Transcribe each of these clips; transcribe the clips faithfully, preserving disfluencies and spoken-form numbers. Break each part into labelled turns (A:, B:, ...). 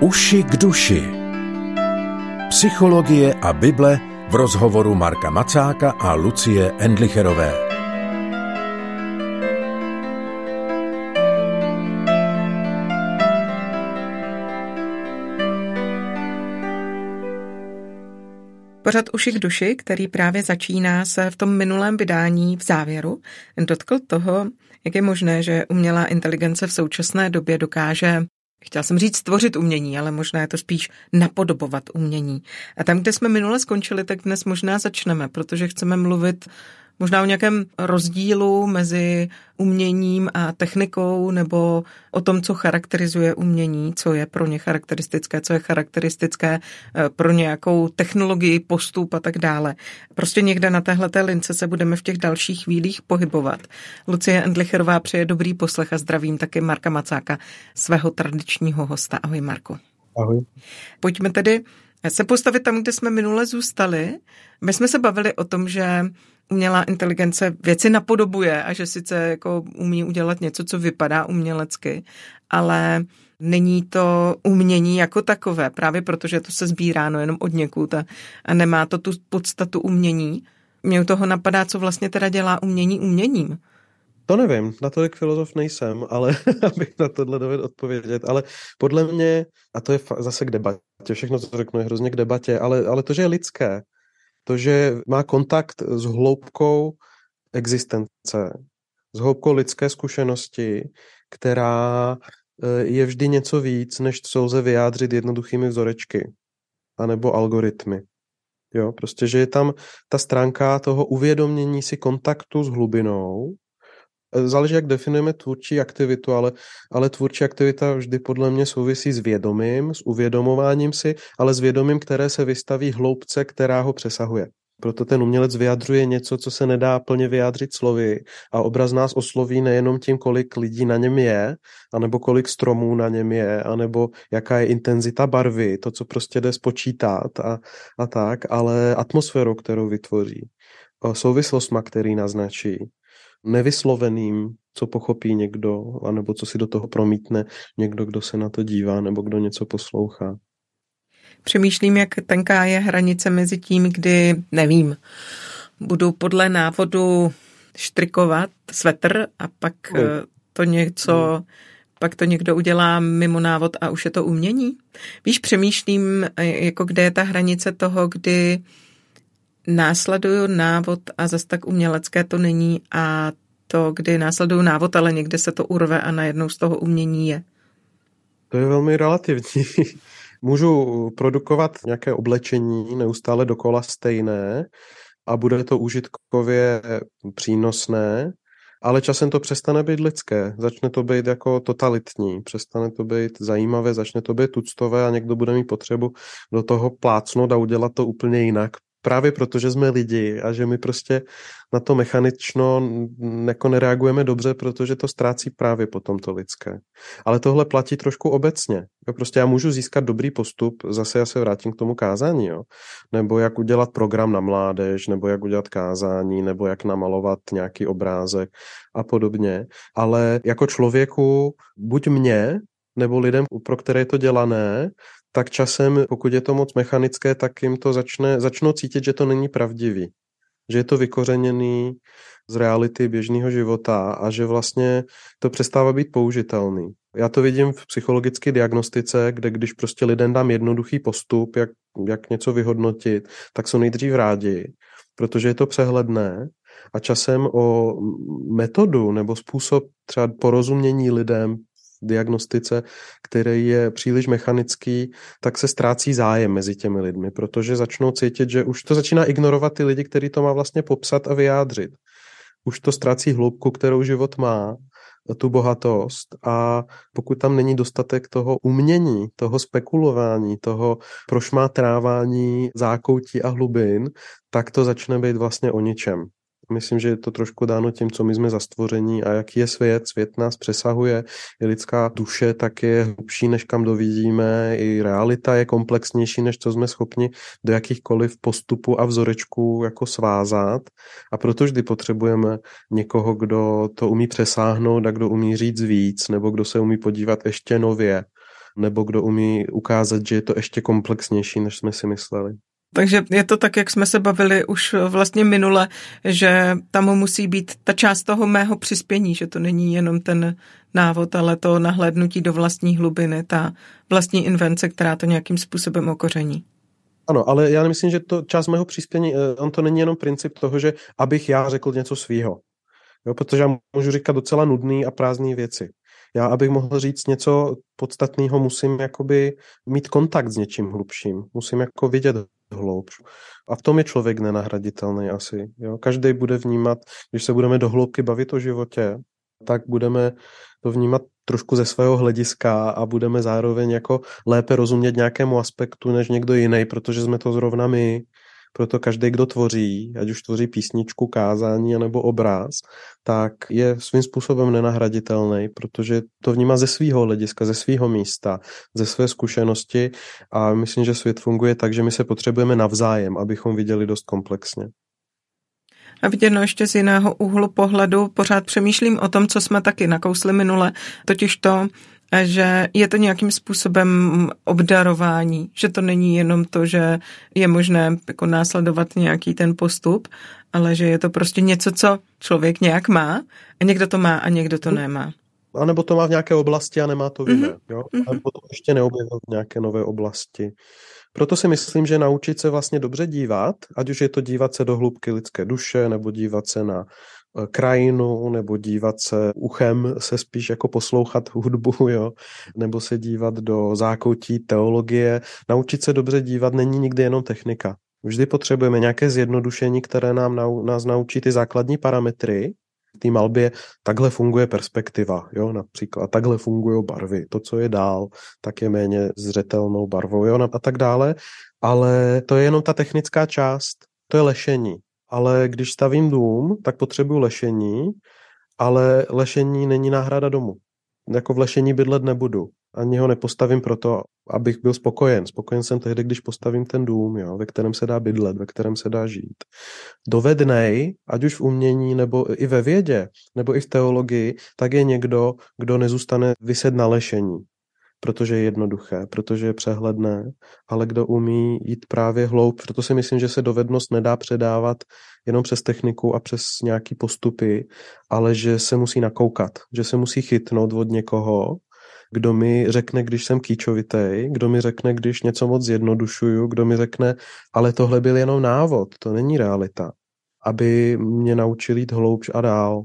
A: Uši k duši. Psychologie a Bible v rozhovoru Marka Macáka a Lucie Endlicherové.
B: Pořad Uši k duši, který právě začíná, se v tom minulém vydání v závěru dotkl toho, jak je možné, že umělá inteligence v současné době dokáže, chtěla jsem říct stvořit umění, ale možná je to spíš napodobovat umění. A tam, kde jsme minule skončili, tak dnes možná začneme, protože chceme mluvit možná o nějakém rozdílu mezi uměním a technikou, nebo o tom, co charakterizuje umění, co je pro ně charakteristické, co je charakteristické pro nějakou technologii, postup a tak dále. Prostě někde na téhleté lince se budeme v těch dalších chvílích pohybovat. Lucie Endlicherová přeje dobrý poslech a zdravím taky Marka Macáka, svého tradičního hosta. Ahoj, Marku.
C: Ahoj.
B: Pojďme tedy se postavit tam, kde jsme minule zůstali. My jsme se bavili o tom, že umělá inteligence věci napodobuje a že sice jako umí udělat něco, co vypadá umělecky, ale není to umění jako takové, právě protože to se sbíráno jenom od někud a, a nemá to tu podstatu umění. Mě u toho napadá, co vlastně teda dělá umění uměním.
C: To nevím, natolik filozof nejsem, ale abych na tohle dovedl odpovědět, ale podle mě, a to je zase k debatě, všechno, co řeknu, je hrozně k debatě, ale, ale to, že je lidské, to, že má kontakt s hloubkou existence, s hloubkou lidské zkušenosti, která je vždy něco víc, než co lze vyjádřit jednoduchými vzorečky anebo algoritmy. Jo, prostě, že je tam ta stránka toho uvědomění si kontaktu s hlubinou. Záleží, jak definujeme tvůrčí aktivitu, ale, ale tvůrčí aktivita vždy podle mě souvisí s vědomím, s uvědomováním si, ale s vědomím, které se vystaví hloubce, která ho přesahuje. Proto ten umělec vyjadřuje něco, co se nedá plně vyjádřit slovy a obraz nás osloví nejenom tím, kolik lidí na něm je, anebo kolik stromů na něm je, anebo jaká je intenzita barvy, to, co prostě jde spočítat a, a tak, ale atmosférou, kterou vytvoří, souvislostma, který naznačí, nevysloveným, co pochopí někdo, anebo co si do toho promítne někdo, kdo se na to dívá, nebo kdo něco poslouchá.
B: Přemýšlím, jak tenká je hranice mezi tím, kdy, nevím, budu podle návodu štrikovat svetr a pak no. to něco, no. pak to někdo udělá mimo návod a už je to umění. Víš, přemýšlím, jako kde je ta hranice toho, kdy následuju návod a zas tak umělecké to není a to, kdy následuju návod, ale někde se to urve a najednou z toho umění je.
C: To je velmi relativní. Můžu produkovat nějaké oblečení neustále dokola stejné a bude to užitkově přínosné, ale časem to přestane být lidské. Začne to být jako totalitní, přestane to být zajímavé, začne to být tuctové a někdo bude mít potřebu do toho plácnout a udělat to úplně jinak. Právě proto, že jsme lidi a že my prostě na to mechanično jako nereagujeme dobře, protože to ztrácí právě potom to lidské. Ale tohle platí trošku obecně. Prostě já můžu získat dobrý postup, zase já se vrátím k tomu kázání, jo? Nebo jak udělat program na mládež, nebo jak udělat kázání, nebo jak namalovat nějaký obrázek a podobně. Ale jako člověku, buď mě, nebo lidem, pro které je to dělané, tak časem, pokud je to moc mechanické, tak jim to začne, začnou cítit, že to není pravdivý. Že je to vykořeněný z reality běžného života a že vlastně to přestává být použitelný. Já to vidím v psychologické diagnostice, kde když prostě lidem dám jednoduchý postup, jak, jak něco vyhodnotit, tak jsou nejdřív rádi, protože je to přehledné a časem o metodu nebo způsob třeba porozumění lidem diagnostice, který je příliš mechanický, tak se ztrácí zájem mezi těmi lidmi, protože začnou cítit, že už to začíná ignorovat ty lidi, který to má vlastně popsat a vyjádřit. Už to ztrácí hloubku, kterou život má, tu bohatost a pokud tam není dostatek toho umění, toho spekulování, toho prošmátrávání zákoutí a hlubin, tak to začne být vlastně o ničem. Myslím, že je to trošku dáno tím, co my jsme za stvoření a jaký je svět. Svět nás přesahuje, i lidská duše tak je hlubší, než kam dovidíme, i realita je komplexnější, než co jsme schopni do jakýchkoliv postupů a vzorečků jako svázat. A proto vždy potřebujeme někoho, kdo to umí přesáhnout a kdo umí říct víc, nebo kdo se umí podívat ještě nově nebo kdo umí ukázat, že je to ještě komplexnější, než jsme si mysleli.
B: Takže je to tak, jak jsme se bavili už vlastně minule, že tam musí být ta část toho mého přispění, že to není jenom ten návod, ale to nahlédnutí do vlastní hlubiny, ta vlastní invence, která to nějakým způsobem okoření.
C: Ano, ale já myslím, že to část mého přispění, on to není jenom princip toho, že abych já řekl něco svýho. Jo, protože já můžu říkat docela nudný a prázdný věci. Já, abych mohl říct něco podstatného, musím jakoby mít kontakt s něčím hlubším. Musím jako vidět hloubš. A v tom je člověk nenahraditelný asi. Jo? Každý bude vnímat, když se budeme do hloubky bavit o životě, tak budeme to vnímat trošku ze svého hlediska a budeme zároveň jako lépe rozumět nějakému aspektu než někdo jiný, protože jsme to zrovna my. Proto každý, kdo tvoří, ať už tvoří písničku, kázání nebo obraz, tak je svým způsobem nenahraditelný, protože to vnímá ze svého hlediska, ze svého místa, ze své zkušenosti a myslím, že svět funguje tak, že my se potřebujeme navzájem, abychom viděli dost komplexně.
B: A viděno ještě z jiného úhlu pohledu, pořád přemýšlím o tom, co jsme taky nakousli minule, totiž to, že je to nějakým způsobem obdarování, že to není jenom to, že je možné jako následovat nějaký ten postup, ale že je to prostě něco, co člověk nějak má a někdo to má a někdo to nemá.
C: A nebo to má v nějaké oblasti a nemá to v jiné.
B: Mm-hmm.
C: Jo? A nebo to ještě neobjevil v nějaké nové oblasti. Proto si myslím, že naučit se vlastně dobře dívat, ať už je to dívat se do hloubky lidské duše, nebo dívat se na krajinu, nebo dívat se uchem, se spíš jako poslouchat hudbu, jo? Nebo se dívat do zákoutí teologie. Naučit se dobře dívat není nikdy jenom technika. Vždy potřebujeme nějaké zjednodušení, které nám nau, nás naučí ty základní parametry. V té malbě takhle funguje perspektiva, jo, například takhle fungují barvy, to, co je dál, tak je méně zřetelnou barvou, jo, a tak dále, ale to je jenom ta technická část, to je lešení, ale když stavím dům, tak potřebuju lešení, ale lešení není náhrada domu, jako v lešení bydlet nebudu, ani ho nepostavím proto, abych byl spokojen. Spokojen jsem tehdy, když postavím ten dům, jo, ve kterém se dá bydlet, ve kterém se dá žít. Dovednej, ať už v umění, nebo i ve vědě, nebo i v teologii, tak je někdo, kdo nezůstane viset na lešení, protože je jednoduché, protože je přehledné, ale kdo umí jít právě hloub. Proto si myslím, že se dovednost nedá předávat jenom přes techniku a přes nějaký postupy, ale že se musí nakoukat, že se musí chytnout od někoho, kdo mi řekne, když jsem kýčovitej, kdo mi řekne, když něco moc zjednodušuju, kdo mi řekne, ale tohle byl jenom návod, to není realita, aby mě naučil jít hloubš a dál.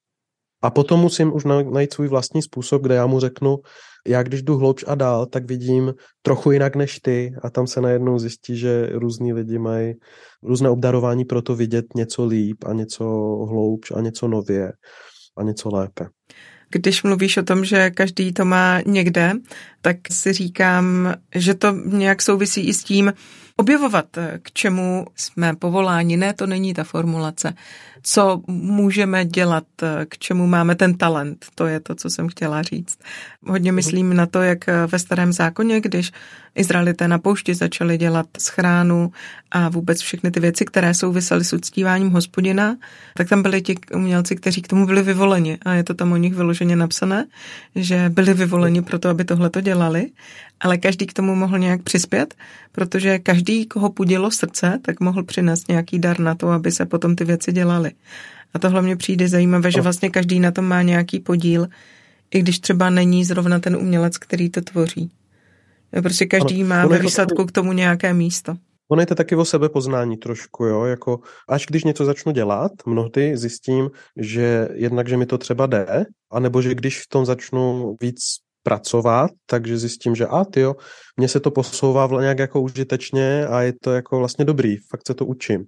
C: A potom musím už najít svůj vlastní způsob, kde já mu řeknu, já když jdu hloubš a dál, tak vidím trochu jinak než ty a tam se najednou zjistí, že různí lidi mají různé obdarování pro to vidět něco líp a něco hloubš a něco nově a něco lépe.
B: Když mluvíš o tom, že každý to má někde, tak si říkám, že to nějak souvisí i s tím objevovat, k čemu jsme povoláni. Ne, to není ta formulace. Co můžeme dělat, k čemu máme ten talent. To je to, co jsem chtěla říct. Hodně myslím na to, jak ve Starém zákoně, když Izraelité na poušti začali dělat schránu a vůbec všechny ty věci, které souvisely s uctíváním Hospodina, tak tam byli ti umělci, kteří k tomu byli vyvoleni. A je to tam o nich vyloženě napsané, že byli vyvoleni pro to, aby tohle to dělali, ale každý k tomu mohl nějak přispět, protože každý, koho pudilo srdce, tak mohl přinést nějaký dar na to, aby se potom ty věci dělaly. A tohle mě přijde zajímavé, že vlastně každý na tom má nějaký podíl, i když třeba není zrovna ten umělec, který to tvoří. Prostě každý ano, má ve výsledku k tomu nějaké místo.
C: Ono je to taky o sebepoznání trošku, jo, jako až když něco začnu dělat, mnohdy zjistím, že jednak, že mi to třeba jde, anebo že když v tom začnu víc pracovat, takže zjistím, že a tyjo, mně se to posouvá nějak jako užitečně a je to jako vlastně dobrý, fakt se to učím.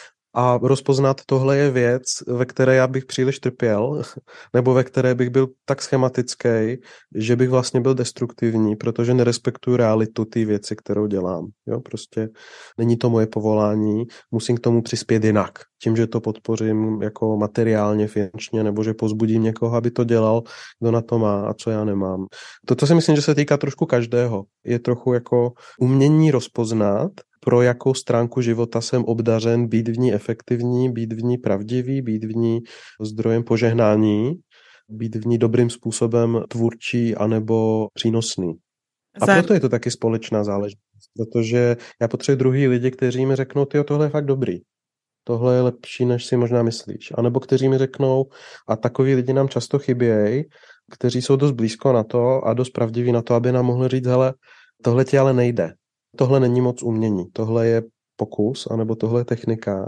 C: A rozpoznat tohle je věc, ve které já bych příliš trpěl, nebo ve které bych byl tak schematický, že bych vlastně byl destruktivní, protože nerespektuju realitu té věci, kterou dělám. Jo, prostě není to moje povolání, musím k tomu přispět jinak. Tím, že to podpořím jako materiálně, finančně, nebo že pozbudím někoho, aby to dělal, kdo na to má a co já nemám. To si myslím, že se týká trošku každého. Je trochu jako umění rozpoznat, pro jakou stránku života jsem obdařen, být v ní efektivní, být v ní pravdivý, být v ní zdrojem požehnání, být v ní dobrým způsobem tvůrčí anebo přínosný. A proto je to taky společná záležitost, protože já potřebuji druhý lidi, kteří mi řeknou, tyjo, tohle je fakt dobrý. Tohle je lepší, než si možná myslíš. A nebo kteří mi řeknou, a takový lidi nám často chybějí, kteří jsou dost blízko na to a dost pravdiví na to, aby nám mohli říct, hele, tohle ti ale nejde. Tohle není moc umění. Tohle je pokus, anebo tohle je technika,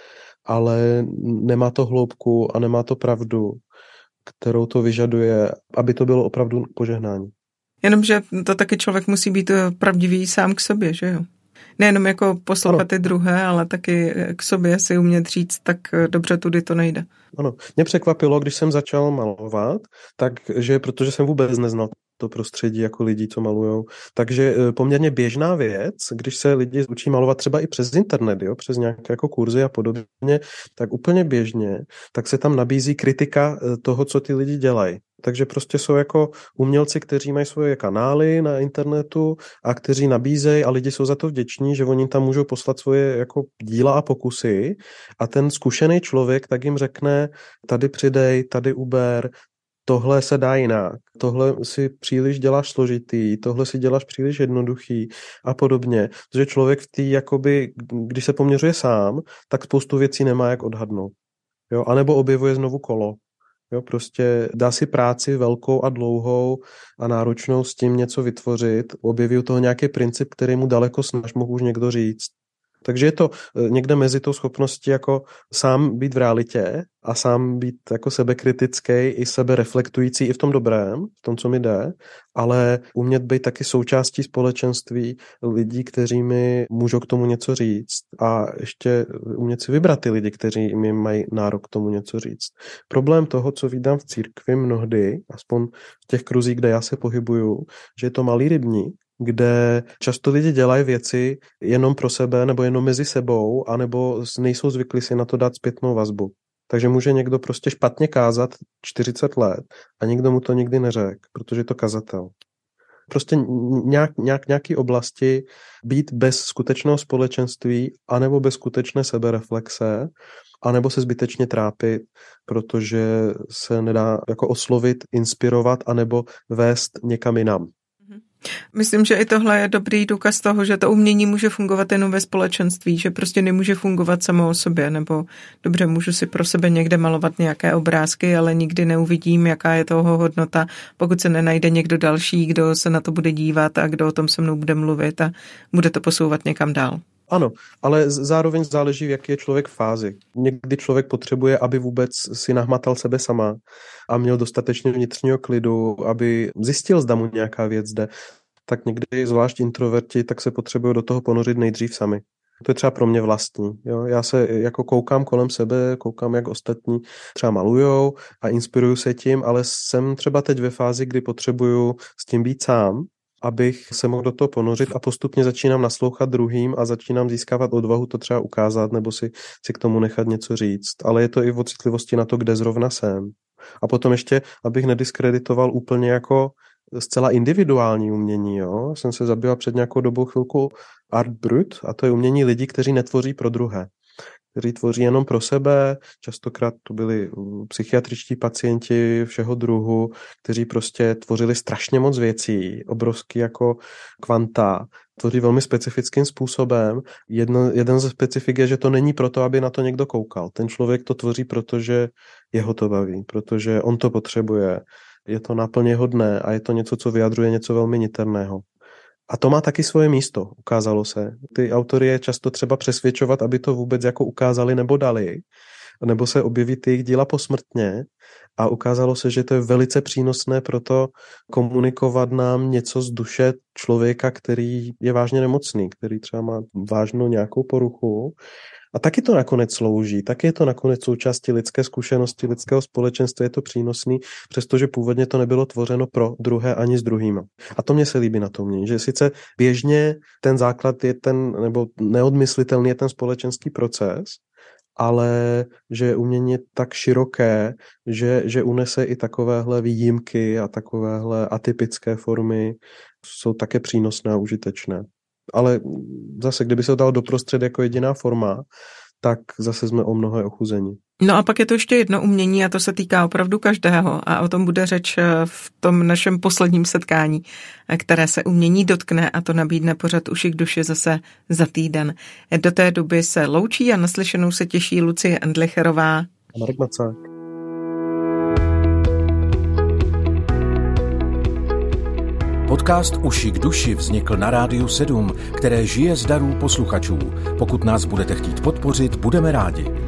C: ale nemá to hloubku a nemá to pravdu, kterou to vyžaduje, aby to bylo opravdu požehnání.
B: Jenomže to taky člověk musí být pravdivý sám k sobě, že jo? Nejenom jako poslouchat ty druhé, ale taky k sobě si umět říct, tak dobře, tudy to nejde.
C: Ano, mě překvapilo, když jsem začal malovat, takže protože jsem vůbec neznal to prostředí jako lidí, co malujou. Takže poměrně běžná věc, když se lidi učí malovat třeba i přes internet, jo, přes nějaké jako kurzy a podobně, tak úplně běžně, tak se tam nabízí kritika toho, co ty lidi dělají. Takže prostě jsou jako umělci, kteří mají svoje kanály na internetu a kteří nabízejí a lidi jsou za to vděční, že oni tam můžou poslat svoje jako díla a pokusy a ten zkušený člověk tak jim řekne, tady přidej, tady uber, tohle se dá jinak, tohle si příliš děláš složitý, tohle si děláš příliš jednoduchý a podobně. Protože člověk v té, jakoby, když se poměřuje sám, tak spoustu věcí nemá jak odhadnout. Jo? A nebo objevuje znovu kolo. Jo? Prostě dá si práci velkou a dlouhou a náročnou s tím něco vytvořit, objeví u toho nějaký princip, který mu daleko snaž mohl už někdo říct. Takže je to někde mezi tou schopností jako sám být v realitě a sám být jako sebekritický i sebereflektující i v tom dobrém, v tom, co mi jde, ale umět být taky součástí společenství lidí, kteří mi můžou k tomu něco říct a ještě umět si vybrat ty lidi, kteří mi mají nárok k tomu něco říct. Problém toho, co vídám v církvi mnohdy, aspoň v těch kruzích, kde já se pohybuju, že je to malý rybník, kde často lidi dělají věci jenom pro sebe nebo jenom mezi sebou, anebo nejsou zvyklí si na to dát zpětnou vazbu. Takže může někdo prostě špatně kázat čtyřicet let a nikdo mu to nikdy neřekl, protože je to kazatel. Prostě nějak, nějak, nějaký oblasti být bez skutečného společenství anebo bez skutečné sebereflexe anebo se zbytečně trápit, protože se nedá jako oslovit, inspirovat anebo vést někam jinam.
B: Myslím, že i tohle je dobrý důkaz toho, že to umění může fungovat jenom ve společenství, že prostě nemůže fungovat samo o sobě, nebo dobře, můžu si pro sebe někde malovat nějaké obrázky, ale nikdy neuvidím, jaká je toho hodnota, pokud se nenajde někdo další, kdo se na to bude dívat a kdo o tom se mnou bude mluvit a bude to posouvat někam dál.
C: Ano, ale zároveň záleží, v jaký je člověk v fázi. Někdy člověk potřebuje, aby vůbec si nahmatal sebe sama a měl dostatečně vnitřního klidu, aby zjistil, zda mu nějaká věc jde. Tak někdy, zvlášť introverti, tak se potřebují do toho ponořit nejdřív sami. To je třeba pro mě vlastní. Jo? Já se jako koukám kolem sebe, koukám, jak ostatní třeba malujou a inspiruju se tím, ale jsem třeba teď ve fázi, kdy potřebuju s tím být sám, abych se mohl do toho ponořit a postupně začínám naslouchat druhým a začínám získávat odvahu to třeba ukázat nebo si, si k tomu nechat něco říct. Ale je to i o citlivosti na to, kde zrovna jsem. A potom ještě, abych nediskreditoval úplně jako zcela individuální umění. Jo? Jsem se zabýval před nějakou dobou chvilku art brut a to je umění lidí, kteří netvoří pro druhé. Kteří tvoří jenom pro sebe, častokrát to byli psychiatričtí pacienti všeho druhu, kteří prostě tvořili strašně moc věcí, obrovský jako kvanta, tvoří velmi specifickým způsobem. Jedno, jeden ze specifik je, že to není proto, aby na to někdo koukal. Ten člověk to tvoří, protože jeho to baví, protože on to potřebuje. Je to náplně hodné a je to něco, co vyjadřuje něco velmi niterného. A to má taky svoje místo, ukázalo se. Ty autory je často třeba přesvědčovat, aby to vůbec jako ukázali nebo dali, nebo se objeví ty jejich díla posmrtně a ukázalo se, že to je velice přínosné pro to komunikovat nám něco z duše člověka, který je vážně nemocný, který třeba má vážnou nějakou poruchu. A taky to nakonec slouží, taky je to nakonec součástí lidské zkušenosti, lidského společenství, je to přínosný, přestože původně to nebylo tvořeno pro druhé ani s druhýma. A to mě se líbí na tom, že sice běžně ten základ je ten, nebo neodmyslitelný je ten společenský proces, ale že umění je tak široké, že, že unese i takovéhle výjimky a takovéhle atypické formy jsou také přínosné a užitečné. Ale zase, kdyby se to dalo doprostřed jako jediná forma, tak zase jsme o mnohé ochuzení.
B: No a pak je to ještě jedno umění a to se týká opravdu každého a o tom bude řeč v tom našem posledním setkání, které se umění dotkne a to nabídne pořad Uši k duši zase za týden. Do té doby se loučí a naslyšenou se těší Lucie Endlicherová
C: a Marek Macák.
A: Podcast Uši k duši vznikl na Rádiu sedm, které žije z darů posluchačů. Pokud nás budete chtít podpořit, budeme rádi.